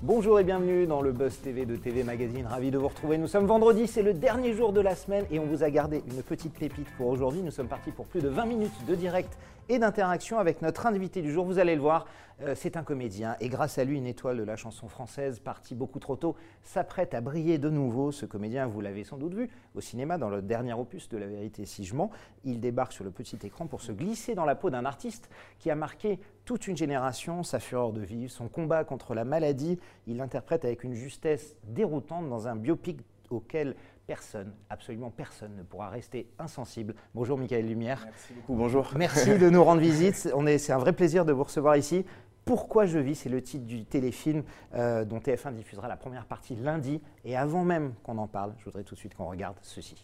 Bonjour et bienvenue dans le Buzz TV de TV Magazine, ravi de vous retrouver. Nous sommes vendredi, c'est le dernier jour de la semaine et on vous a gardé une petite pépite pour aujourd'hui. Nous sommes partis pour plus de 20 minutes de direct et d'interaction avec notre invité du jour. Vous allez le voir, c'est un comédien et grâce à lui, une étoile de la chanson française, partie beaucoup trop tôt, s'apprête à briller de nouveau. Ce comédien, vous l'avez sans doute vu au cinéma dans le dernier opus de La Vérité si je mens. Il débarque sur le petit écran pour se glisser dans la peau d'un artiste qui a marqué toute une génération, sa fureur de vivre, son combat contre la maladie. Il l'interprète avec une justesse déroutante dans un biopic auquel personne, absolument personne ne pourra rester insensible. Bonjour Michael Lumière. Merci beaucoup, bonjour. Merci de nous rendre visite. C'est un vrai plaisir de vous recevoir ici. Pourquoi je vis, c'est le titre du téléfilm dont TF1 diffusera la première partie lundi. Et avant même qu'on en parle, je voudrais tout de suite qu'on regarde ceci.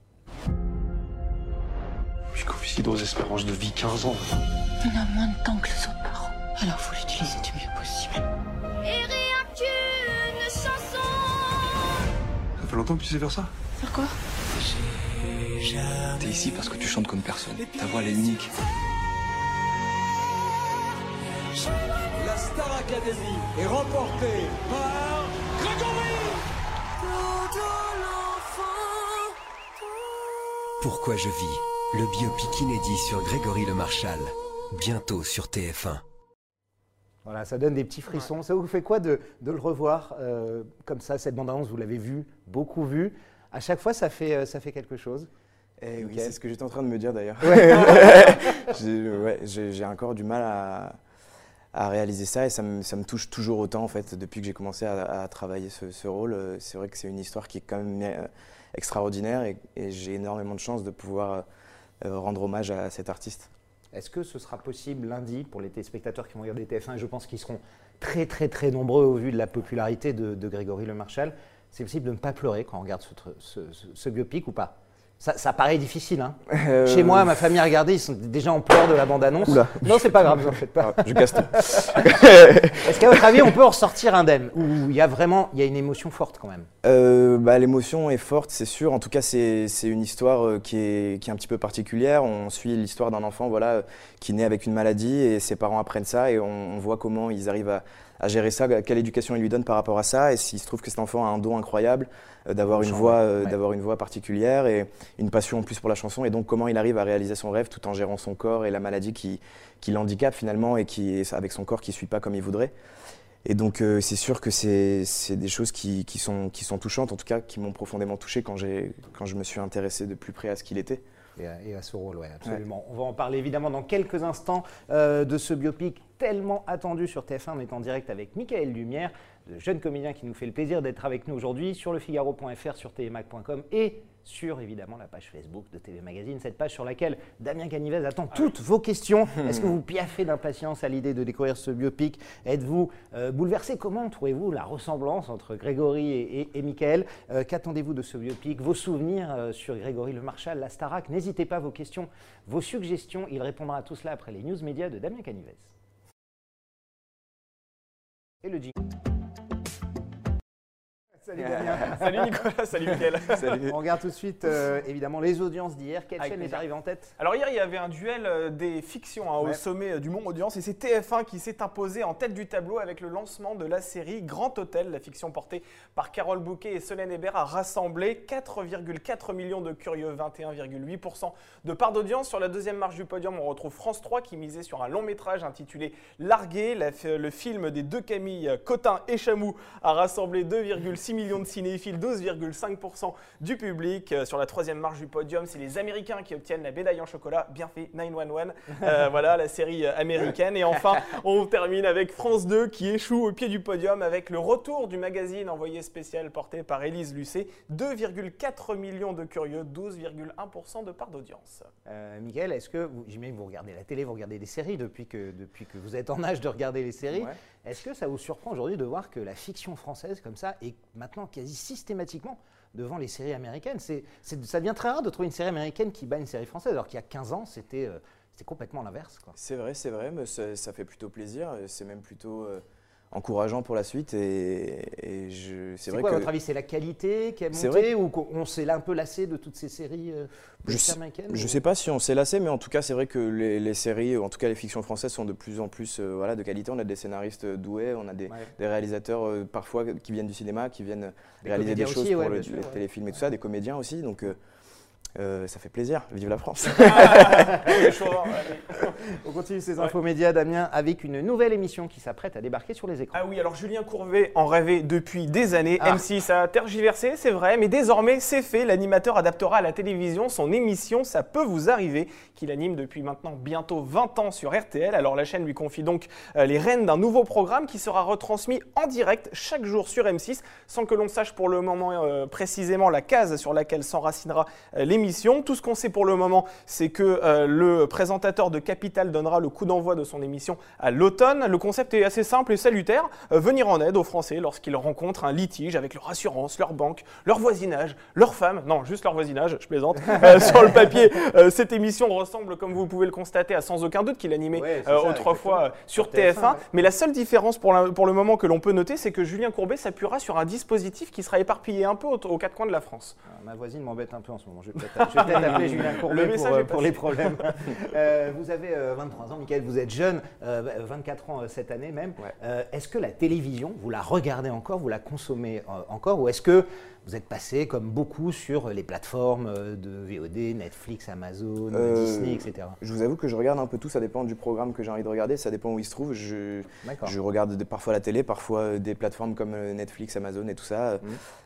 J'ai coïncide aux espérances de vie 15 ans. On a moins de temps que les autres parents. Alors faut l'utiliser du mieux possible. Et rien qu'une chanson. Ça fait longtemps que tu sais faire ça? Faire quoi? T'es ici parce que tu chantes comme personne. Ta voix elle est unique. La Star Academy est remportée par Grégory. Pourquoi je vis? Le biopic inédit sur Grégory Le Marchal. Bientôt sur TF1. Voilà, ça donne des petits frissons. Ça vous fait quoi de le revoir comme ça, cette bande-annonce, vous l'avez vu, beaucoup vu. À chaque fois, ça fait quelque chose. Oui, Okay. c'est ce que j'étais en train de me dire d'ailleurs. J'ai encore du mal à réaliser ça et ça me touche toujours autant en fait. Depuis que j'ai commencé à travailler ce rôle, c'est vrai que c'est une histoire qui est quand même extraordinaire et j'ai énormément de chance de pouvoir rendre hommage à cet artiste. Est-ce que ce sera possible lundi pour les téléspectateurs qui vont regarder TF1 et je pense qu'ils seront très très très nombreux au vu de la popularité de Grégory Le Marchal. C'est possible de ne pas pleurer quand on regarde ce biopic ou pas? Ça paraît difficile, hein. Chez moi, ma famille a regardé, ils sont déjà en pleurs de la bande-annonce. Oula. Non, c'est pas grave, vous en faites pas. Je casse tout. Est-ce qu'à votre avis, on peut en ressortir indemne? Ou il y a une émotion forte quand même? L'émotion est forte, c'est sûr. En tout cas, c'est une histoire qui est un petit peu particulière. On suit l'histoire d'un enfant qui naît avec une maladie et ses parents apprennent ça et on voit comment ils arrivent à gérer ça, quelle éducation ils lui donnent par rapport à ça. Et s'il se trouve que cet enfant a un don incroyable, d'avoir une voix particulière et une passion en plus pour la chanson. Et donc, comment il arrive à réaliser son rêve tout en gérant son corps et la maladie qui l'handicape finalement et qui est avec son corps qui ne suit pas comme il voudrait. Et donc, c'est sûr que c'est des choses qui sont touchantes, en tout cas, qui m'ont profondément touché quand je me suis intéressé de plus près à ce qu'il était. Et à ce rôle, oui, absolument. Ouais. On va en parler évidemment dans quelques instants de ce biopic tellement attendu sur TF1. On est en direct avec Michael Lumière, le jeune comédien qui nous fait le plaisir d'être avec nous aujourd'hui sur lefigaro.fr, sur tvmag.com et sur évidemment la page Facebook de TV Magazine, cette page sur laquelle Damien Canivez attend toutes vos questions. Est-ce que vous piaffez d'impatience à l'idée de découvrir ce biopic? Êtes-vous bouleversé? Comment trouvez-vous la ressemblance entre Grégory et Michael? Qu'attendez-vous de ce biopic? Vos souvenirs sur Grégory Le Marchal, la Starac? N'hésitez pas, vos questions, vos suggestions. Il répondra à tout cela après les news médias de Damien Canivez. Et le jingle. Salut Damien. Salut Nicolas, salut Mickaël. Salut. On regarde tout de suite évidemment les audiences d'hier. Quelle Avec chaîne est plaisir. arrivée en tête? Alors hier, il y avait un duel des fictions au sommet du Mont Audience et c'est TF1 qui s'est imposé en tête du tableau avec le lancement de la série Grand Hôtel. La fiction portée par Carole Bouquet et Solène Hébert a rassemblé 4,4 millions de curieux, 21,8% de part d'audience. Sur la deuxième marche du podium, on retrouve France 3 qui misait sur un long métrage intitulé Largué. Le film des deux Camille, Cotin et Chamou, a rassemblé 2,6 millions de cinéphiles, 12,5% du public. Sur la troisième marche du podium, c'est les Américains qui obtiennent la médaille en chocolat. Bien fait, 911. Voilà, la série américaine. Et enfin, on termine avec France 2 qui échoue au pied du podium avec le retour du magazine envoyé spécial porté par Élise Lucet. 2,4 millions de curieux, 12,1% de part d'audience. Michael, est-ce que, j'imagine que vous regardez la télé, vous regardez des séries depuis que vous êtes en âge de regarder les séries. Ouais. Est-ce que ça vous surprend aujourd'hui de voir que la fiction française comme ça est maintenant quasi systématiquement devant les séries américaines? Ça devient très rare de trouver une série américaine qui bat une série française, alors qu'il y a 15 ans, c'était complètement l'inverse, quoi. C'est vrai, mais ça fait plutôt plaisir. C'est même plutôt encourageant pour la suite. C'est vrai quoi, à votre avis, c'est la qualité qui a monté ou on s'est un peu lassé de toutes ces séries américaines? Je ne sais pas si on s'est lassé, mais en tout cas, c'est vrai que les séries, en tout cas les fictions françaises, sont de plus en plus de qualité. On a des scénaristes doués, on a des réalisateurs parfois qui viennent du cinéma, qui viennent réaliser des choses pour les téléfilms et tout ça, des comédiens aussi. Donc, ça fait plaisir, vive la France. On continue ces infos médias, Damien, avec une nouvelle émission qui s'apprête à débarquer sur les écrans. Ah oui, alors Julien Courbet en rêvait depuis des années. M6 a tergiversé, c'est vrai, mais désormais c'est fait. L'animateur adaptera à la télévision son émission Ça peut vous arriver, qu'il anime depuis maintenant bientôt 20 ans sur RTL. Alors la chaîne lui confie donc les rênes d'un nouveau programme qui sera retransmis en direct chaque jour sur M6, sans que l'on sache pour le moment précisément la case sur laquelle s'enracinera l'émission. Tout ce qu'on sait pour le moment, c'est que le présentateur de Capital donnera le coup d'envoi de son émission à l'automne. Le concept est assez simple et salutaire, venir en aide aux Français lorsqu'ils rencontrent un litige avec leur assurance, leur banque, leur voisinage, leur femme, non, juste leur voisinage, je plaisante. Sur le papier, cette émission ressemble, comme vous pouvez le constater, à Sans aucun doute qu'il animait autrefois sur TF1. Mais la seule différence pour le moment que l'on peut noter, c'est que Julien Courbet s'appuiera sur un dispositif qui sera éparpillé un peu aux quatre coins de la France. Ma voisine m'embête un peu en ce moment, je vais peut-être appeler Julien Courbet pour les problèmes. Vous avez 23 ans, Mickaël, vous êtes jeune, 24 ans cette année même. Ouais. Est-ce que la télévision, vous la regardez encore, vous la consommez encore, ou est-ce que vous êtes passé, comme beaucoup, sur les plateformes de VOD, Netflix, Amazon, Disney, etc. Je vous avoue que je regarde un peu tout, ça dépend du programme que j'ai envie de regarder, ça dépend où il se trouve. Je regarde parfois la télé, parfois des plateformes comme Netflix, Amazon et tout ça,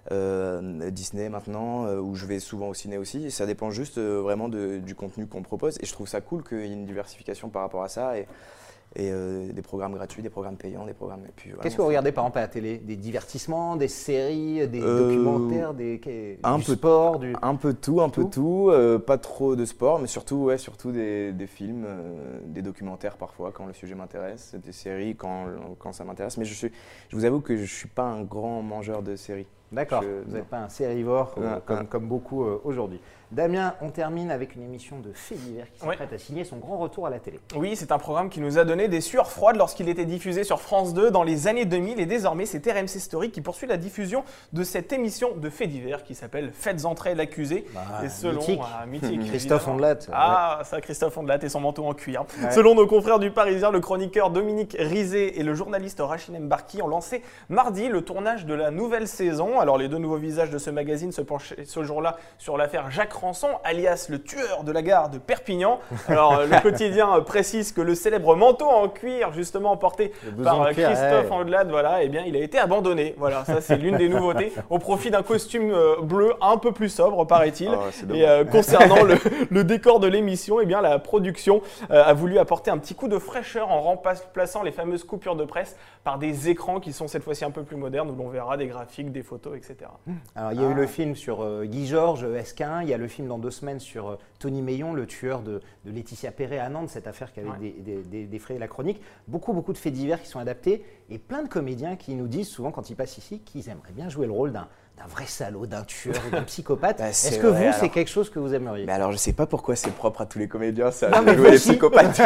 Disney maintenant, où je vais souvent au ciné aussi. Ça dépend juste vraiment du contenu qu'on propose, et je trouve ça cool qu'il y ait une diversification par rapport à ça. Et des programmes gratuits, des programmes payants, des programmes... Qu'est-ce que vous regardez par exemple à la télé? Des divertissements, des séries, des documentaires, du sport Un peu tout, pas trop de sport, mais surtout des films, des documentaires parfois quand le sujet m'intéresse, des séries quand ça m'intéresse. Mais je vous avoue que je ne suis pas un grand mangeur de séries. D'accord, vous n'êtes pas un sérivore comme beaucoup aujourd'hui. Damien, on termine avec une émission de faits divers qui s'apprête à signer son grand retour à la télé. Oui, c'est un programme qui nous a donné des sueurs froides lorsqu'il était diffusé sur France 2 dans les années 2000 et désormais c'est RMC Story qui poursuit la diffusion de cette émission de faits divers qui s'appelle Faites entrer l'accusé. Et selon mythique, Christophe Ondelat. Ça, Christophe Ondelat et son manteau en cuir. Ouais. Selon nos confrères du Parisien, le chroniqueur Dominique Rizet et le journaliste Rachid Mbarki ont lancé mardi le tournage de la nouvelle saison. Alors les deux nouveaux visages de ce magazine se penchaient ce jour-là sur l'affaire Jacques Ranson, alias le tueur de la gare de Perpignan. Alors le quotidien précise que le célèbre manteau en cuir, justement porté par Christophe Ondelat, il a été abandonné. Voilà, ça c'est l'une des nouveautés, au profit d'un costume bleu un peu plus sobre, paraît-il. Et concernant le décor de l'émission, la production a voulu apporter un petit coup de fraîcheur en remplaçant les fameuses coupures de presse par des écrans qui sont cette fois-ci un peu plus modernes, où l'on verra des graphiques, des photos, etc. Alors il y a eu le film sur Guy Georges, Esquin, il y a le film dans 2 semaines sur Tony Meillon, le tueur de Laetitia Perret à Nantes, cette affaire qui avait défrayé la chronique. Beaucoup de faits divers qui sont adaptés et plein de comédiens qui nous disent souvent quand ils passent ici qu'ils aimeraient bien jouer le rôle d'un vrai salaud, d'un tueur ou d'un psychopathe. Est-ce que c'est quelque chose que vous aimeriez? Alors je sais pas pourquoi c'est propre à tous les comédiens, ça, de jouer les psychopathes.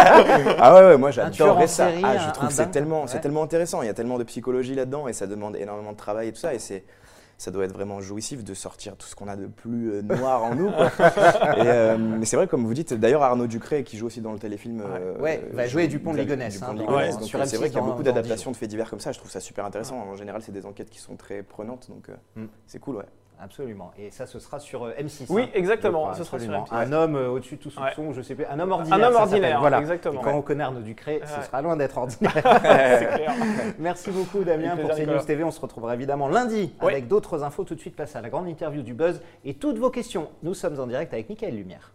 Moi j'adorerais ça. Je trouve que c'est tellement intéressant, il y a tellement de psychologie là-dedans et ça demande énormément de travail et tout ça, et ça doit être vraiment jouissif de sortir tout ce qu'on a de plus noir en nous. Mais c'est vrai, comme vous dites, d'ailleurs Arnaud Ducré, qui joue aussi dans le téléfilm, va jouer Dupont de Ligonnès. C'est vrai qu'il y a beaucoup d'adaptations de faits divers comme ça, je trouve ça super intéressant. En général, c'est des enquêtes qui sont très prenantes, donc c'est cool. Absolument. Et ça, ce sera sur M6. Oui, exactement. Ce sera sur M6. Un homme au-dessus de tout soupçon, je sais pas, un homme ordinaire. Un homme ordinaire, voilà. Exactement. Et quand on connaît Arnaud Ducré, ce sera loin d'être ordinaire. C'est clair. Merci beaucoup, Damien, pour CNews TV. On se retrouvera évidemment lundi avec d'autres infos. Tout de suite, place à la grande interview du Buzz et toutes vos questions. Nous sommes en direct avec Mickaël Lumière.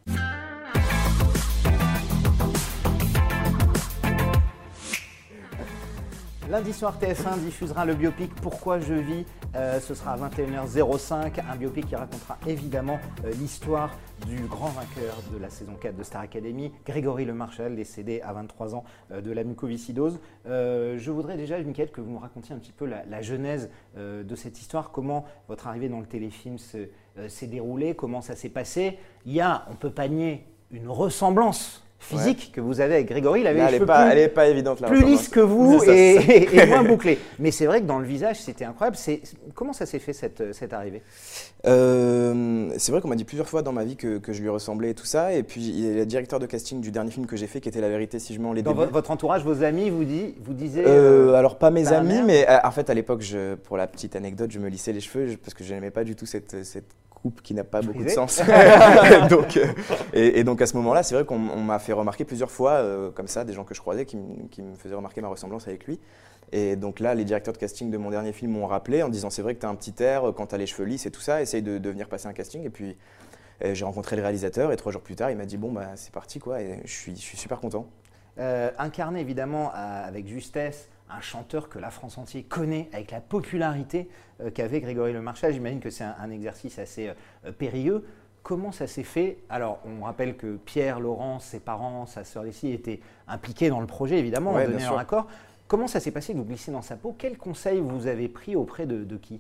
Lundi soir, TF1 diffusera le biopic Pourquoi je vis. Ce sera à 21h05. Un biopic qui racontera évidemment l'histoire du grand vainqueur de la saison 4 de Star Academy, Grégory Le Marchal, décédé à 23 ans de la mucoviscidose. Je voudrais déjà, Mickaël, que vous nous racontiez un petit peu la genèse de cette histoire, comment votre arrivée dans le téléfilm s'est déroulée, comment ça s'est passé. Il y a, on ne peut pas nier, une ressemblance physique que vous avez avec Grégory. Il avait Là, les elle cheveux elle est pas évidente la plus ressemblance. lisses que vous C'est ça. et moins bouclés. Mais c'est vrai que dans le visage, c'était incroyable. Comment ça s'est fait cette arrivée? C'est vrai qu'on m'a dit plusieurs fois dans ma vie que je lui ressemblais et tout ça. Et puis il y a le directeur de casting du dernier film que j'ai fait qui était La Vérité si je mens les Dans débuts. votre entourage, vos amis vous disaient Alors pas mes ta amis, mère mais en fait à l'époque, pour la petite anecdote, je me lissais les cheveux parce que je n'aimais pas du tout cette coupe qui n'a pas beaucoup de sens. donc à ce moment-là, c'est vrai qu'on m'a fait remarquer plusieurs fois comme ça, des gens que je croisais qui me faisaient remarquer ma ressemblance avec lui. Et donc là, les directeurs de casting de mon dernier film m'ont rappelé en disant c'est vrai que tu as un petit air quand tu as les cheveux lisses et tout ça, essaye de venir passer un casting. Et puis j'ai rencontré le réalisateur et 3 jours plus tard, il m'a dit bon bah c'est parti quoi. Et je suis super content. Incarné évidemment avec justesse un chanteur que la France entière connaît, avec la popularité qu'avait Grégory Le Marchal. J'imagine que c'est un exercice assez périlleux. Comment ça s'est fait? Alors, on rappelle que Pierre, Laurent, ses parents, sa sœur Leslie étaient impliqués dans le projet, évidemment, Ouais, ont donné bien leur sûr. accord. Comment ça s'est passé que vous glissez dans sa peau? Quels conseils vous avez pris auprès de qui?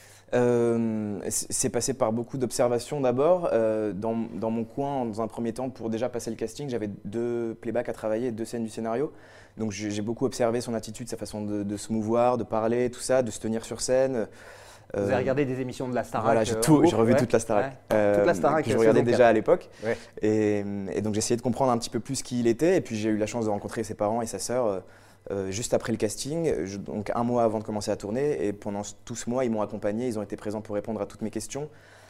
C'est passé par beaucoup d'observations d'abord. Dans mon coin, dans un premier temps, pour déjà passer le casting, j'avais 2 playbacks à travailler, 2 scènes du scénario. Donc j'ai beaucoup observé son attitude, sa façon de se mouvoir, de parler, tout ça, de se tenir sur scène. Vous avez regardé des émissions de la Starac? Voilà, j'ai revu toute la Starac. Toute la Starac, que je regardais saison déjà 4. à l'époque. Ouais. Et donc j'ai essayé de comprendre un petit peu plus qui il était. Et puis j'ai eu la chance de rencontrer ses parents et sa sœur juste après le casting, donc 1 mois avant de commencer à tourner. Et pendant tout ce mois, ils m'ont accompagné, ils ont été présents pour répondre à toutes mes questions.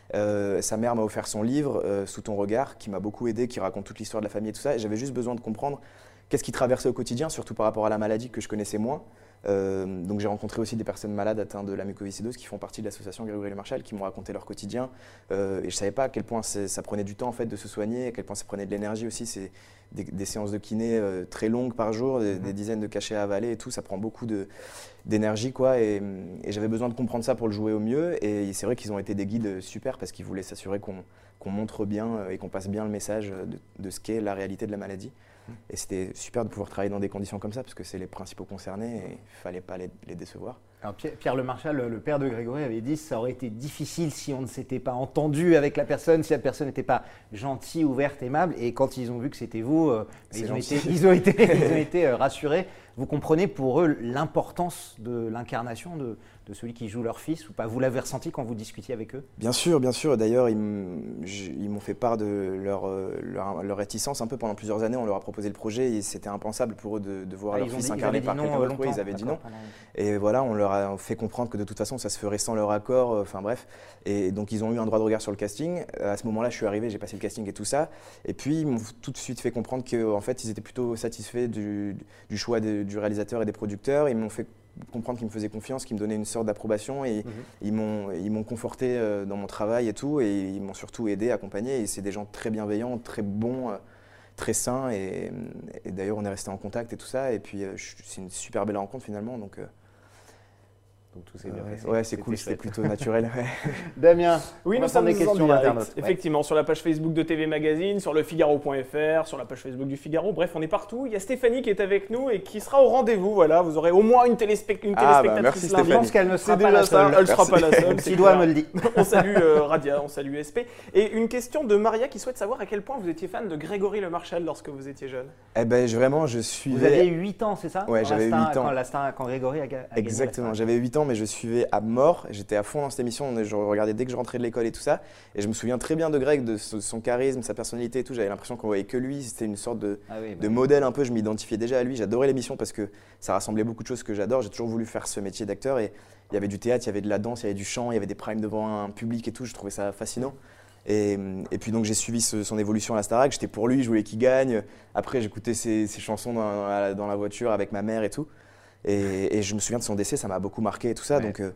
Sa mère m'a offert son livre, Sous ton regard, qui m'a beaucoup aidé, qui raconte toute l'histoire de la famille et tout ça. Et j'avais juste besoin de comprendre qu'est-ce qu'il traversait au quotidien, surtout par rapport à la maladie que je connaissais moins. Donc j'ai rencontré aussi des personnes malades atteintes de la mucoviscidose qui font partie de l'association Grégory Le Marchal, qui m'ont raconté leur quotidien. Et je ne savais pas à quel point ça prenait du temps en fait, de se soigner, à quel point ça prenait de l'énergie aussi. C'est des séances de kiné très longues par jour, des dizaines de cachets à avaler et tout. Ça prend beaucoup d'énergie, quoi. Et j'avais besoin de comprendre ça pour le jouer au mieux. Et c'est vrai qu'ils ont été des guides super parce qu'ils voulaient s'assurer qu'on montre bien et qu'on passe bien le message de ce qu'est la réalité de la maladie. Et c'était super de pouvoir travailler dans des conditions comme ça parce que c'est les principaux concernés et il ne fallait pas les décevoir. Alors Pierre Le Marchal, le père de Grégory, avait dit que ça aurait été difficile si on ne s'était pas entendu avec la personne, si la personne n'était pas gentille, ouverte, aimable. Et quand ils ont vu que c'était vous, ils ont été rassurés. Vous comprenez pour eux l'importance de l'incarnation de celui qui joue leur fils ou pas? Vous l'avez ressenti quand vous discutiez avec eux? Bien sûr, bien sûr. D'ailleurs, ils m'ont fait part de leur réticence un peu pendant plusieurs années. On leur a proposé le projet et c'était impensable pour eux de voir leur fils incarné par quelqu'un d'autre. Oui, ils avaient dit non. Et voilà, on leur a fait comprendre que de toute façon, ça se ferait sans leur accord. Enfin bref. Et donc, ils ont eu un droit de regard sur le casting. À ce moment-là, je suis arrivé, j'ai passé le casting et tout ça. Et puis, ils m'ont tout de suite fait comprendre qu'en fait, ils étaient plutôt satisfaits du choix du réalisateur et des producteurs. Ils m'ont fait comprendre qu'ils me faisaient confiance, qu'ils me donnaient une sorte d'approbation et ils m'ont conforté dans mon travail et tout, et ils m'ont surtout aidé, accompagné, et c'est des gens très bienveillants, très bons, très sains, et d'ailleurs on est resté en contact et tout ça, et puis c'est une super belle rencontre finalement, donc tout s'est bien passé. Ouais, c'est cool, c'était plutôt naturel. Ouais. Damien, oui, on nous va prendre sommes des questions en direct, d'internautes. effectivement, sur la page Facebook de TV Magazine, sur le Figaro.fr, sur la page Facebook du Figaro, bref, on est partout. Il y a Stéphanie qui est avec nous et qui sera au rendez-vous, voilà, vous aurez au moins une téléspectatrice merci lundi. Je pense qu'elle ne sera C'est pas la déjà ça, seule. elle ne sera pas la seule. Si doigt me le dit. On salue Radia, on salue SP. Et une question de Maria qui souhaite savoir à quel point vous étiez fan de Grégory Le Marchal lorsque vous étiez jeune. Eh ben vraiment, je suivais. Vous aviez 8 ans, c'est ça? Ouais, j'avais 8 ans. Quand Grégory a gagné. Exactement, j'avais 8 ans, mais je suivais à mort. J'étais à fond dans cette émission, je regardais dès que je rentrais de l'école et tout ça. Et je me souviens très bien de Greg, de son charisme, sa personnalité et tout. J'avais l'impression qu'on voyait que lui, c'était une sorte de modèle un peu. Je m'identifiais déjà à lui, j'adorais l'émission parce que ça rassemblait beaucoup de choses que j'adore. J'ai toujours voulu faire ce métier d'acteur et il y avait du théâtre, il y avait de la danse, il y avait du chant, il y avait des primes devant un public et tout. Je trouvais ça fascinant. Et puis donc j'ai suivi son évolution à la Starac, j'étais pour lui, je voulais qu'il gagne. Après j'écoutais ses chansons dans la voiture avec ma mère et tout. Et je me souviens de son décès, ça m'a beaucoup marqué et tout ça. Ouais. Donc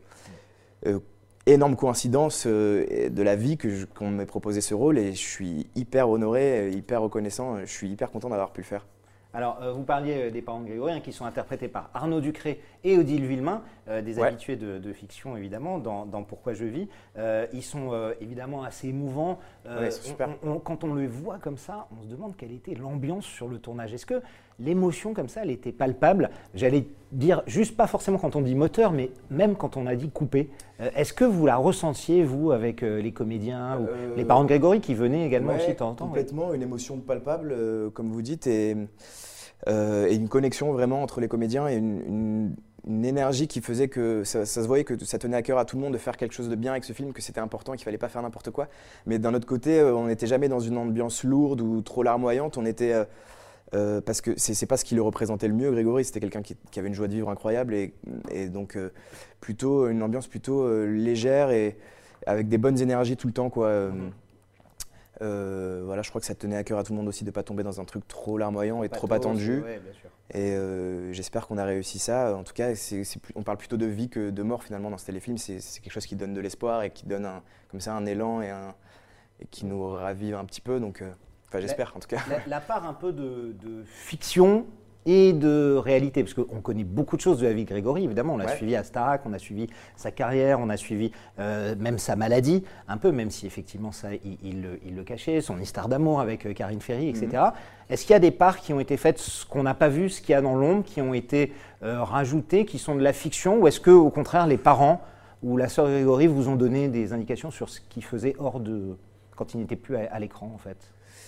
énorme coïncidence de la vie qu'on m'ait proposé ce rôle et je suis hyper honoré, hyper reconnaissant, je suis hyper content d'avoir pu le faire. Alors, vous parliez des parents de Grégory, qui sont interprétés par Arnaud Ducré et Odile Villemain, des habitués de fiction, évidemment, dans Pourquoi je vis. Ils sont évidemment assez émouvants. Ouais, ils sont super. Quand on les voit comme ça, on se demande quelle était l'ambiance sur le tournage. Est-ce que l'émotion, comme ça, elle était palpable? J'allais dire, juste pas forcément quand on dit moteur, mais même quand on a dit coupé. Est-ce que vous la ressentiez, vous, avec les comédiens ou les parents de Grégory qui venaient également aussi de temps en temps? Complètement, une émotion palpable, comme vous dites, et une connexion vraiment entre les comédiens et une énergie qui faisait que ça se voyait que ça tenait à cœur à tout le monde de faire quelque chose de bien avec ce film, que c'était important, qu'il ne fallait pas faire n'importe quoi. Mais d'un autre côté, on n'était jamais dans une ambiance lourde ou trop larmoyante. On était, parce que c'est pas ce qui le représentait le mieux, Grégory. C'était quelqu'un qui avait une joie de vivre incroyable et donc plutôt une ambiance plutôt légère et avec des bonnes énergies tout le temps, quoi. Voilà, je crois que ça tenait à cœur à tout le monde aussi de ne pas tomber dans un truc trop larmoyant et trop attendu. Ouais, bien sûr. Et j'espère qu'on a réussi ça. En tout cas, on parle plutôt de vie que de mort finalement dans ce téléfilm. C'est quelque chose qui donne de l'espoir et qui donne comme ça un élan et qui nous ravive un petit peu. Donc, j'espère en tout cas. La part un peu de fiction et de réalité, parce qu'on connaît beaucoup de choses de la vie de Grégory, évidemment, on l'a suivi à Starac, on a suivi sa carrière, on a suivi même sa maladie, un peu, même si effectivement ça, il le cachait, son histoire d'amour avec Karine Ferry, etc. Est-ce qu'il y a des parts qui ont été faites, ce qu'on n'a pas vu, ce qu'il y a dans l'ombre, qui ont été rajoutées, qui sont de la fiction, ou est-ce que au contraire les parents ou la sœur Grégory vous ont donné des indications sur ce qu'il faisait quand il n'était plus à l'écran en fait?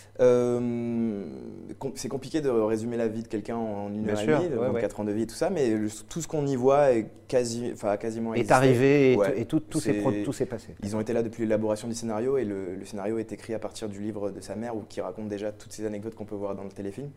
C'est compliqué de résumer la vie de quelqu'un en une heure et demie, 4 ans de vie et tout ça, mais tout ce qu'on y voit est quasiment est arrivé et tout s'est passé. Ils ont été là depuis l'élaboration du scénario et le scénario est écrit à partir du livre de sa mère qui raconte déjà toutes ces anecdotes qu'on peut voir dans le téléfilm.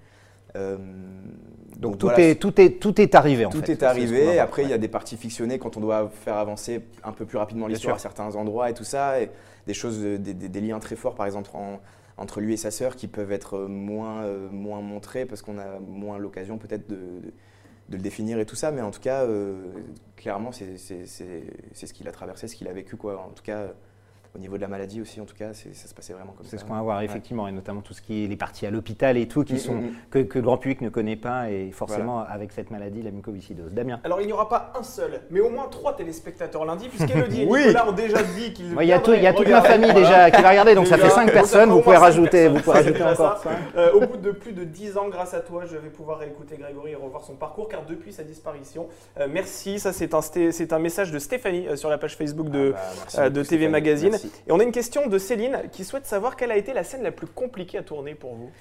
Donc tout est arrivé en fait. Tout est arrivé, après il y a des parties fictionnées quand on doit faire avancer un peu plus rapidement l'histoire à certains endroits et tout ça, et des choses, des liens très forts par exemple entre lui et sa sœur qui peuvent être moins montrés parce qu'on a moins l'occasion peut-être de le définir et tout ça, mais en tout cas, clairement, c'est ce qu'il a traversé, ce qu'il a vécu, quoi. En tout cas, au niveau de la maladie aussi, en tout cas, ça se passait vraiment comme ça. C'est ce qu'on va voir, effectivement, et notamment tout ce qui est les parties à l'hôpital et tout, que le grand public ne connaît pas, et forcément, avec cette maladie, la mucoviscidose. Damien. Alors, il n'y aura pas un seul, mais au moins 3 téléspectateurs lundi, puisqu'Elodie et Nicolas ont déjà dit qu'ils il y a toute ma famille déjà qui va regarder, donc ça fait 5 personnes, vous pouvez rajouter encore ça. Au bout de plus de 10 ans, grâce à toi, je vais pouvoir écouter Grégory et revoir son parcours, car depuis sa disparition, merci, ça c'est un message de Stéphanie sur la page Facebook de TV Magazine. Merci. Et on a une question de Céline qui souhaite savoir quelle a été la scène la plus compliquée à tourner pour vous.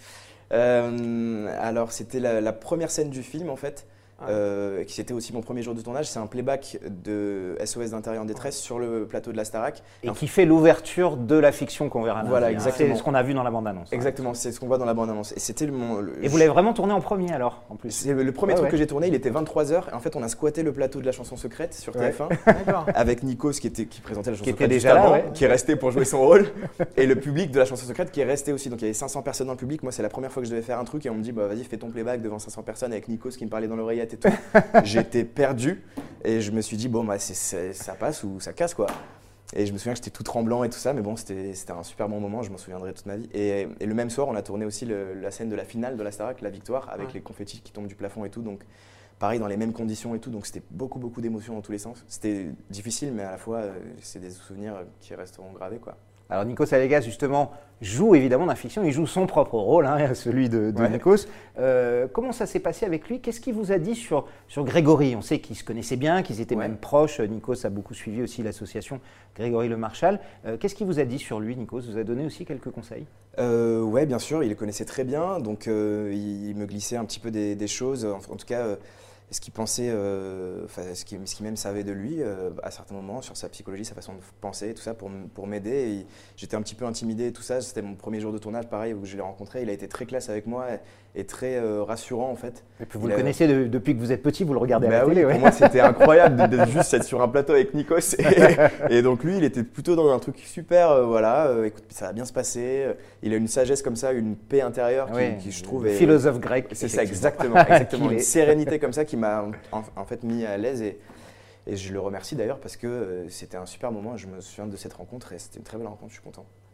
Alors c'était la première scène du film en fait, qui c'était aussi mon premier jour de tournage. C'est un playback de SOS d'intérieur en détresse sur le plateau de la Starac. Et qui fait l'ouverture de la fiction qu'on verra là. Voilà, exactement. C'est ce qu'on a vu dans la bande-annonce. Exactement, c'est ce qu'on voit dans la bande-annonce. Et c'était Et vous l'avez vraiment tourné en premier alors, en plus? C'est le premier truc que j'ai tourné, il était 23h. En fait, on a squatté le plateau de la chanson secrète sur TF1 avec Nikos qui présentait la chanson secrète déjà là, qui est resté pour jouer son rôle, et le public de la chanson secrète qui est resté aussi. Donc il y avait 500 personnes dans le public. Moi, c'est la première fois que je devais faire un truc et on me dit vas-y, fais ton playback devant 500 personnes avec Nikos qui me parlait dans l'oreillette et tout. J'étais perdu et je me suis dit ça passe ou ça casse quoi. Et je me souviens que j'étais tout tremblant et tout ça, mais bon, c'était un super bon moment, je m'en souviendrai toute ma vie. Et le même soir, on a tourné aussi la scène de la finale de la Starac, la victoire, avec les confettis qui tombent du plafond et tout. Donc pareil, dans les mêmes conditions et tout, donc c'était beaucoup d'émotions dans tous les sens. C'était difficile, mais à la fois, c'est des souvenirs qui resteront gravés, quoi. Alors Nikos Aliagas justement joue évidemment dans la fiction, il joue son propre rôle, celui de Nikos. Comment ça s'est passé avec lui? Qu'est-ce qu'il vous a dit sur Grégory? On sait qu'ils se connaissaient bien, qu'ils étaient même proches. Nikos a beaucoup suivi aussi l'association Grégory Le Marchal. Qu'est-ce qu'il vous a dit sur lui, Nikos? Vous a donné aussi quelques conseils? Oui, bien sûr, il le connaissait très bien, donc il me glissait un petit peu des choses, en tout cas ce qu'il pensait, ce qu'il même savait de lui à certains moments, sur sa psychologie, sa façon de penser, tout ça, pour m'aider. J'étais un petit peu intimidé et tout ça. C'était mon premier jour de tournage, pareil, où je l'ai rencontré. Il a été très classe avec moi et très rassurant en fait. Et puis vous le connaissez depuis que vous êtes petit, vous le regardez à la télé. Oui, pour moi c'était incroyable de juste être sur un plateau avec Nikos. Et donc lui, il était plutôt dans un truc super, écoute, ça va bien se passer. Il a une sagesse comme ça, une paix intérieure qui je trouve… Philosophe grec. C'est ça, exactement. Une sérénité comme ça qui m'a en fait mis à l'aise et je le remercie d'ailleurs parce que c'était un super moment. Je me souviens de cette rencontre et c'était une très belle rencontre, je suis content.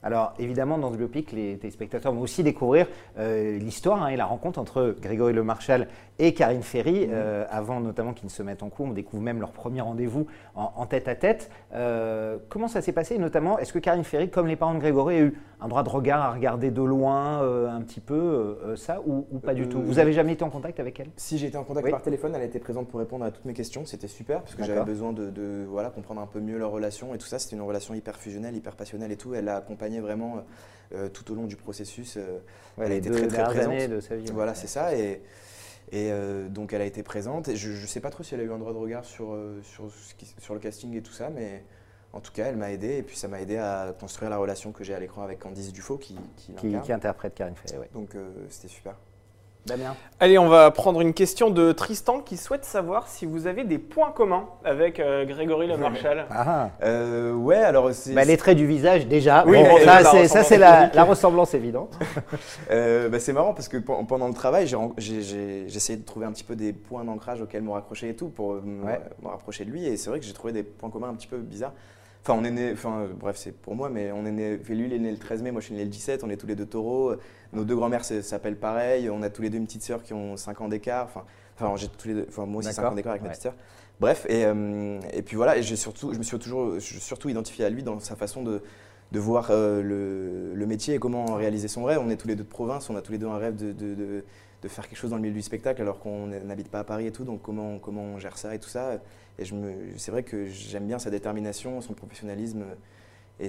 Alors évidemment, dans ce biopic, les téléspectateurs vont aussi découvrir l'histoire et la rencontre entre Grégory Le Marchal et Karine Ferry, avant notamment qu'ils ne se mettent en couple. On découvre même leur premier rendez-vous en tête-à-tête. Comment ça s'est passé? Notamment, est-ce que Karine Ferry, comme les parents de Grégory, a eu un droit de regard à regarder de loin un petit peu ça ou pas du tout? Vous n'avez jamais été en contact avec elle? Si, j'ai été en contact par téléphone, elle était présente pour répondre à toutes mes questions, c'était super parce que j'avais besoin de voilà, comprendre un peu mieux leur relation et tout ça. C'était une relation hyper fusionnelle, hyper passionnelle et tout. Elle a accompagné vraiment tout au long du processus. Elle a été très présente. Années de sa vie. Voilà, c'est ça. Et donc elle a été présente. Et je ne sais pas trop si elle a eu un droit de regard sur le casting et tout ça, mais en tout cas, elle m'a aidé. Et puis ça m'a aidé à construire la relation que j'ai à l'écran avec Candice Dufaux qui interprète Karine Ferry. Ouais. Donc c'était super. Damien. Allez, on va prendre une question de Tristan qui souhaite savoir si vous avez des points communs avec Grégory Le Marchal. Ouais, alors les traits du visage déjà. Oui, bon, ça c'est la ressemblance évidente. C'est marrant parce que pendant le travail, j'ai essayé de trouver un petit peu des points d'ancrage auxquels me raccrocher et tout pour me rapprocher de lui. Et c'est vrai que j'ai trouvé des points communs un petit peu bizarres. Enfin, on est né, bref, c'est pour moi, mais on est né, lui, il est né le 13 mai, moi je suis né le 17, on est tous les deux taureaux. Nos deux grands-mères s'appellent pareil, on a tous les deux une petite sœur qui ont 5 ans d'écart. Moi aussi 5 ans d'écart avec ma petite sœur. Bref, et puis voilà, et je me suis surtout identifié à lui dans sa façon de voir le métier et comment réaliser son rêve. On est tous les deux de province, on a tous les deux un rêve de faire quelque chose dans le milieu du spectacle alors qu'on n'habite pas à Paris et tout, donc comment on gère ça et tout ça. Et c'est vrai que j'aime bien sa détermination, son professionnalisme et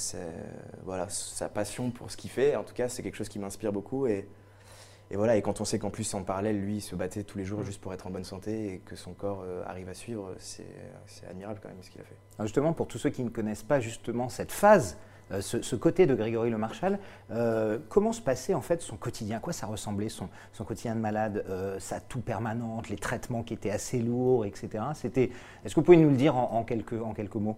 voilà, sa passion pour ce qu'il fait. En tout cas, c'est quelque chose qui m'inspire beaucoup. Et voilà, et quand on sait qu'en plus, en parallèle, lui, il se battait tous les jours juste pour être en bonne santé et que son corps arrive à suivre, c'est admirable quand même ce qu'il a fait. Alors justement, pour tous ceux qui ne connaissent pas justement cette phase, ce côté de Grégory Le Marchal, comment se passait en fait son quotidien? À quoi ça ressemblait son quotidien de malade, sa toux permanente, les traitements qui étaient assez lourds, etc. Est-ce que vous pouvez nous le dire en quelques mots?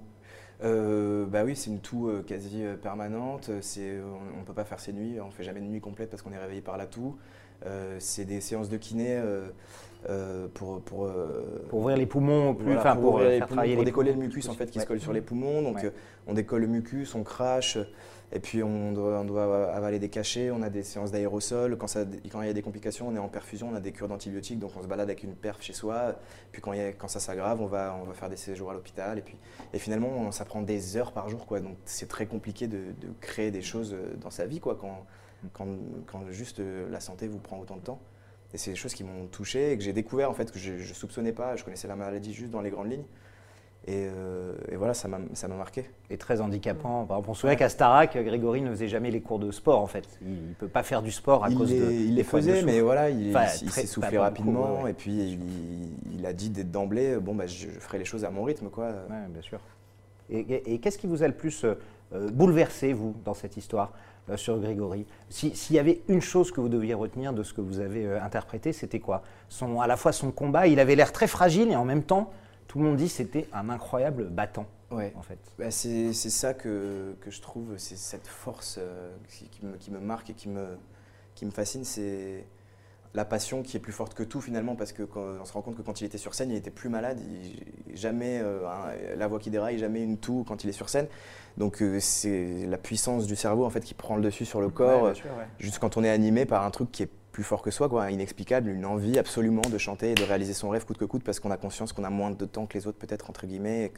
Oui, c'est une toux quasi permanente. On ne peut pas faire ses nuits, on ne fait jamais de nuit complète parce qu'on est réveillé par la toux. C'est des séances de kiné pour ouvrir les poumons, pour décoller le mucus en fait, qui se colle sur les poumons. Donc on décolle le mucus, on crache, et puis on doit avaler des cachets. On a des séances d'aérosol. Quand il y a des complications, on est en perfusion, on a des cures d'antibiotiques, donc on se balade avec une perf chez soi. Puis quand ça s'aggrave, on va faire des séjours à l'hôpital. Et finalement, ça prend des heures par jour, quoi. Donc c'est très compliqué de créer des choses dans sa vie, quoi, quand juste la santé vous prend autant de temps. Et c'est des choses qui m'ont touché et que j'ai découvert en fait, que je ne soupçonnais pas. Je connaissais la maladie juste dans les grandes lignes. Et voilà, ça m'a marqué. Et très handicapant. Par exemple, on se souvient qu'à Starac, Grégory ne faisait jamais les cours de sport en fait. Il ne peut pas faire du sport à cause de. Il les faisait, mais voilà, il s'est soufflé rapidement. Ouais. Et puis il a dit d'emblée, je ferai les choses à mon rythme, quoi. Ouais, bien sûr. Et qu'est-ce qui vous a le plus bouleversé, vous, dans cette histoire sur Grégory? S'il y avait une chose que vous deviez retenir de ce que vous avez interprété, c'était quoi? À la fois son combat, il avait l'air très fragile et en même temps, tout le monde dit c'était un incroyable battant. Ouais. En fait. C'est ça que je trouve, c'est cette force qui me marque et qui me fascine, c'est la passion qui est plus forte que tout finalement, parce qu'on se rend compte que quand il était sur scène, il était plus malade, jamais la voix qui déraille, jamais une toux quand il est sur scène. Donc c'est la puissance du cerveau en fait qui prend le dessus sur le corps, juste quand on est animé par un truc qui est plus fort que soi, quoi, inexplicable, une envie absolument de chanter et de réaliser son rêve coûte que coûte, parce qu'on a conscience qu'on a moins de temps que les autres peut-être entre guillemets,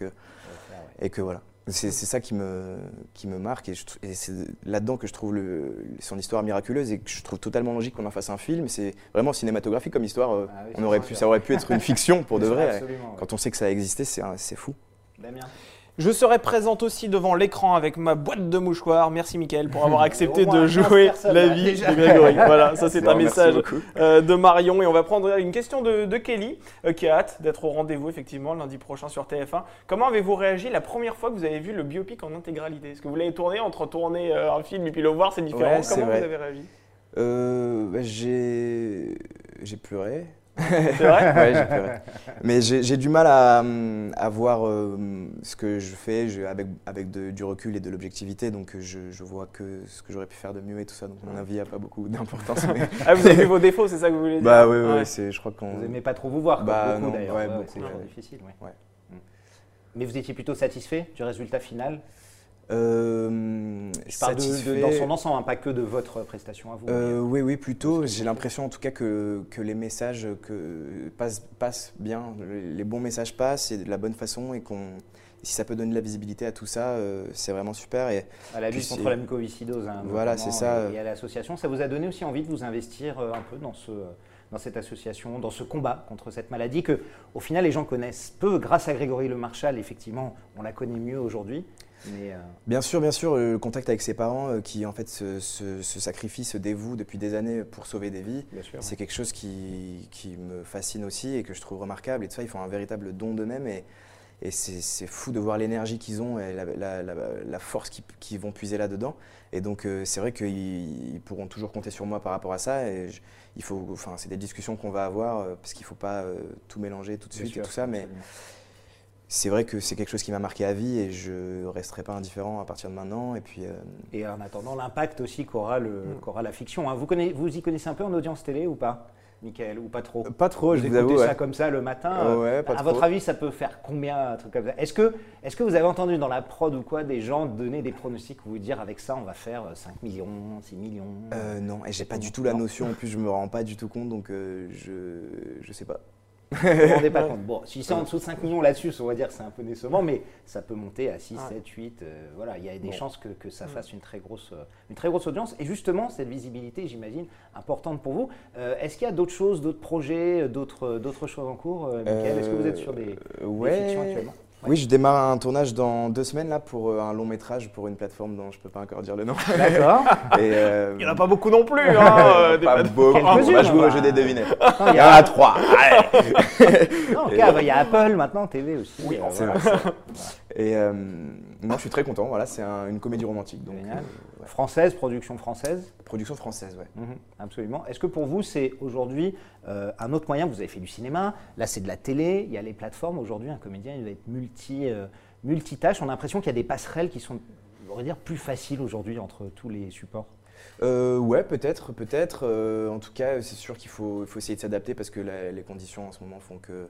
et que voilà. C'est ça qui me marque, et c'est là-dedans que je trouve son histoire miraculeuse et que je trouve totalement logique qu'on en fasse un film. C'est vraiment cinématographique comme histoire. Ça aurait pu être une fiction pour de vrai. Quand on sait que ça a existé, c'est fou. Damien. Je serai présente aussi devant l'écran avec ma boîte de mouchoirs. Merci Mickaël pour avoir accepté de jouer la vie de Grégory. Voilà, ça c'est un message de Marion. Et on va prendre une question de Kelly qui a hâte d'être au rendez-vous effectivement lundi prochain sur TF1. Comment avez-vous réagi la première fois que vous avez vu le biopic en intégralité? Est-ce que vous l'avez tourné entre tourner un film et puis le voir, c'est différent? Comment vous avez réagi? J'ai pleuré. C'est vrai? Ouais, j'ai pleuré. Mais j'ai du mal à voir ce que je fais avec du recul et de l'objectivité, donc je vois que ce que j'aurais pu faire de mieux et tout ça, donc mon avis n'a pas beaucoup d'importance. Mais... Ah, vous avez vu vos défauts, c'est ça que vous voulez dire? Bah oui, je crois qu'on... Vous n'aimez pas trop vous voir, beaucoup d'ailleurs. Beaucoup, c'est difficile. Ouais. Mais vous étiez plutôt satisfait du résultat final? Je parle dans son ensemble, hein, pas que de votre prestation à vous. Oui, plutôt. J'ai l'impression en tout cas que les messages passent bien, les bons messages passent et de la bonne façon et si ça peut donner de la visibilité à tout ça, c'est vraiment super. Et à la lutte contre la mucoviscidose, hein, voilà, c'est ça. Et à l'association, ça vous a donné aussi envie de vous investir un peu dans cette association, dans ce combat contre cette maladie que, au final, les gens connaissent peu. Grâce à Grégory Le Marchal, effectivement, on la connaît mieux aujourd'hui. Mais Bien sûr, le contact avec ses parents qui en fait se sacrifient, se dévouent depuis des années pour sauver des vies, c'est quelque chose qui me fascine aussi et que je trouve remarquable. Et tout ça, ils font un véritable don d'eux-mêmes et c'est fou de voir l'énergie qu'ils ont et la force qu'ils vont puiser là-dedans. Et donc c'est vrai qu'ils pourront toujours compter sur moi par rapport à ça. Et c'est des discussions qu'on va avoir parce qu'il ne faut pas tout mélanger tout de suite et tout ça. Mais c'est vrai que c'est quelque chose qui m'a marqué à vie et je ne resterai pas indifférent à partir de maintenant. Et en attendant, l'impact aussi qu'aura la fiction. Hein. Vous y connaissez un peu en audience télé ou pas, Mickaël, ou pas trop? Pas trop, je vous avoue. Vous écoutez ça comme ça le matin. Ouais, pas à trop. votre avis, ça peut faire combien, un truc comme ça? Est-ce que vous avez entendu dans la prod ou quoi des gens donner des pronostics ou vous dire avec ça on va faire 5 millions, 6 millions? Non, et j'ai pas du tout la notion. En plus, je me rends pas du tout compte, donc je sais pas. Vous ne vous rendez pas compte. Bon, si c'est en dessous de 5 millions là-dessus, on va dire que c'est un peu décevant, mais ça peut monter à 6, 7, 8. Voilà, il y a des chances que ça fasse une très grosse audience. Et justement, cette visibilité, j'imagine, importante pour vous. Est-ce qu'il y a d'autres choses, d'autres projets, d'autres choses en cours, Mickaël? Est-ce que vous êtes sur des fictions actuellement? Oui, je démarre un tournage dans 2 semaines là, pour un long métrage pour une plateforme dont je ne peux pas encore dire le nom. D'accord. Il n'y en a pas beaucoup non plus. Hein, pas beaucoup. On va jouer au jeu des devinettes. Il y en a 3. Non, il y a Apple maintenant, TV aussi. Oui, c'est vrai. Et moi, je suis très content. Voilà, c'est une comédie romantique. Donc, génial. Française, production française? Production française, oui. Absolument. Est-ce que pour vous, c'est aujourd'hui un autre moyen? Vous avez fait du cinéma, là c'est de la télé, il y a les plateformes. Aujourd'hui, un comédien, il va être multitâche. On a l'impression qu'il y a des passerelles qui sont, on va dire, plus faciles aujourd'hui entre tous les supports. Ouais, peut-être. En tout cas, c'est sûr qu'il faut essayer de s'adapter parce que les conditions en ce moment font que,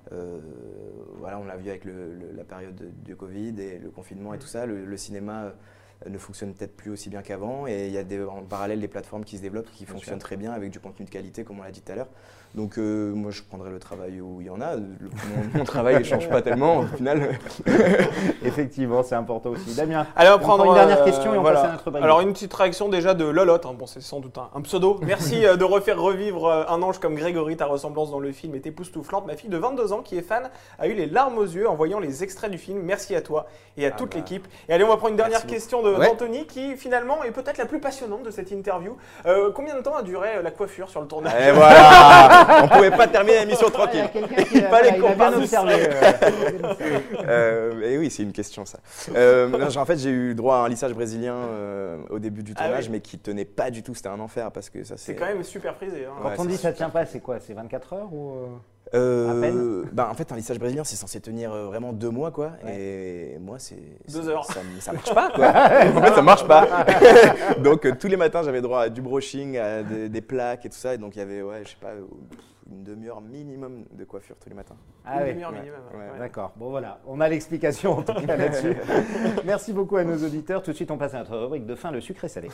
voilà, on l'a vu avec la période du Covid et le confinement et tout ça, le cinéma ne fonctionne peut-être plus aussi bien qu'avant et il y a en parallèle des plateformes qui se développent qui fonctionnent très bien avec du contenu de qualité comme on l'a dit tout à l'heure. Donc moi je prendrai le travail où il y en a. Mon travail ne change pas tellement au final. Effectivement, c'est important aussi. Damien, allez, on prend une dernière question et on passe à notre rubrique. Alors une petite réaction déjà de Lolotte, hein. Bon c'est sans doute un pseudo. Merci de refaire revivre un ange comme Grégory, ta ressemblance dans le film est époustouflante. Ma fille de 22 ans qui est fan a eu les larmes aux yeux en voyant les extraits du film. Merci à toi et à toute l'équipe. Et allez, on va prendre une dernière question d'Anthony qui finalement est peut-être la plus passionnante de cette interview. Combien de temps a duré la coiffure sur le tournage? Et voilà. On pouvait pas terminer l'émission tranquille. Il fallait qu'on parle de ça. Et oui, c'est une question ça. En fait, j'ai eu droit à un lissage brésilien au début du tournage, mais qui tenait pas du tout. C'était un enfer parce que ça c'est quand même super frisé. Hein. Quand on dit ça tient pas, c'est quoi? C'est 24 heures ou à peine? En fait, un lissage brésilien, c'est censé tenir vraiment 2 mois, quoi. Ouais. Et moi, c'est 2 heures. Ça marche pas, quoi. En fait, ça marche pas. Donc, tous les matins, j'avais droit à du brushing, à des plaques et tout ça. Et donc, il y avait, je sais pas, une demi-heure minimum de coiffure tous les matins. Ah une demi-heure minimum. Ouais. D'accord. Bon, voilà. On a l'explication en tout cas là-dessus. Merci beaucoup à nos auditeurs. Tout de suite, on passe à notre rubrique de fin, le sucré salé.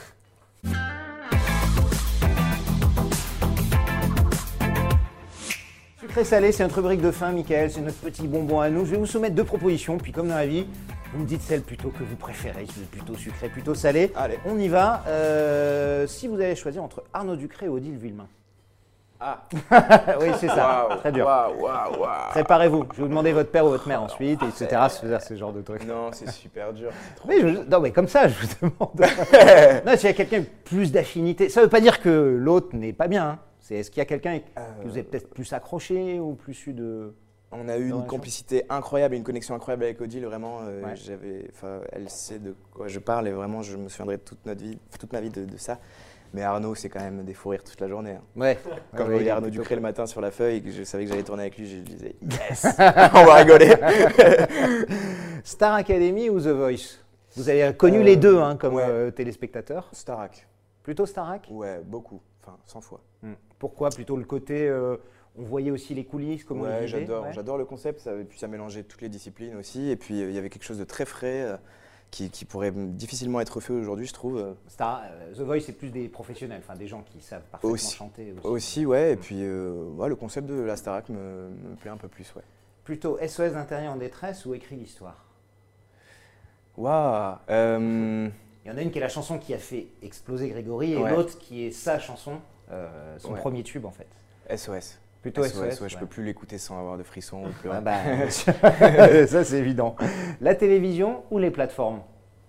Sucré salé, c'est notre rubrique de fin, Mickaël, c'est notre petit bonbon à nous. Je vais vous soumettre 2 propositions, puis comme dans la vie, vous me dites celle plutôt que vous préférez, si vous êtes plutôt sucré, plutôt salé. Allez. On y va. Si vous allez choisir entre Arnaud Ducré et Odile Vuillemin. Ah. Oui, c'est ça. Wow, très dur. Wow. Préparez-vous. Je vais vous demander votre père ou votre mère ensuite, etc. Ce genre de trucs. Non, c'est super dur. Non, mais comme ça, je vous demande. Non, s'il y a quelqu'un avec plus d'affinité, ça ne veut pas dire que l'autre n'est pas bien. Hein. Est-ce qu'il y a quelqu'un que vous avez peut-être plus accroché ou plus eu de... On a eu une complicité incroyable, une connexion incroyable avec Odile, vraiment. Elle sait de quoi je parle et vraiment, je me souviendrai toute ma vie de ça. Mais Arnaud, c'est quand même des fous rires toute la journée. Hein. Ouais. Quand je voyais Arnaud Ducré le matin sur la feuille et que je savais que j'allais tourner avec lui, je disais yes, on va rigoler. Star Academy ou The Voice? Vous avez connu les deux hein, comme téléspectateur. Starac. Plutôt Starac? Ouais, beaucoup. Enfin, 100 fois. Pourquoi? Plutôt le côté, on voyait aussi les coulisses, comment on j'adore le concept, puis ça mélangeait toutes les disciplines aussi. Et puis il y avait quelque chose de très frais. qui pourrait difficilement être fait aujourd'hui, je trouve. The Voice, c'est plus des professionnels, enfin des gens qui savent parfaitement chanter. Aussi, ouais. Et puis, le concept de la Starac me plaît un peu plus, ouais. Plutôt SOS d'intérêt en détresse ou Écrit l'histoire? Waouh. Il y en a une qui est la chanson qui a fait exploser Grégory et l'autre qui est sa chanson, son premier tube en fait. SOS. Plutôt SOS. Je peux plus l'écouter sans avoir de frissons ou pleurer. Ça c'est évident. La télévision ou les plateformes?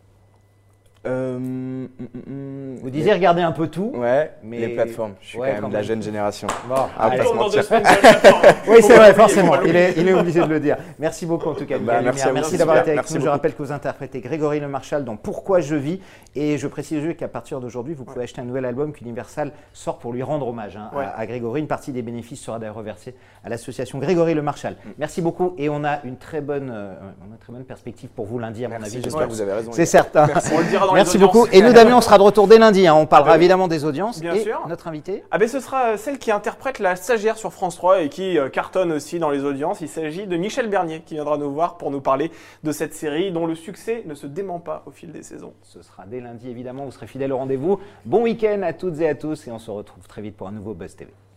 Vous disiez regarder un peu tout. Ouais, mais les plateformes. Je suis quand même de la jeune génération. Bon, allez, oui, c'est vrai, forcément. Il est obligé de le dire. Merci beaucoup en tout cas. Merci d'avoir été avec nous. Je rappelle que vous interprétez Grégory Le Marchal dans Pourquoi je vis. Et je précise qu'à partir d'aujourd'hui, vous pouvez acheter un nouvel album qu'Universal sort pour lui rendre hommage à Grégory. Une partie des bénéfices sera d'ailleurs reversée à l'association Grégory Le Marchal. Merci beaucoup. Et on a une très bonne perspective pour vous lundi, à mon avis. J'espère que vous avez raison. C'est certain. On le dira dans Merci beaucoup. Et nous, Damien, on sera de retour dès lundi. On parlera évidemment des audiences. Bien sûr. Notre invité, ce sera celle qui interprète la stagiaire sur France 3 et qui cartonne aussi dans les audiences. Il s'agit de Michel Bernier qui viendra nous voir pour nous parler de cette série dont le succès ne se dément pas au fil des saisons. Ce sera dès lundi évidemment. Vous serez fidèles au rendez-vous. Bon week-end à toutes et à tous et on se retrouve très vite pour un nouveau Buzz TV.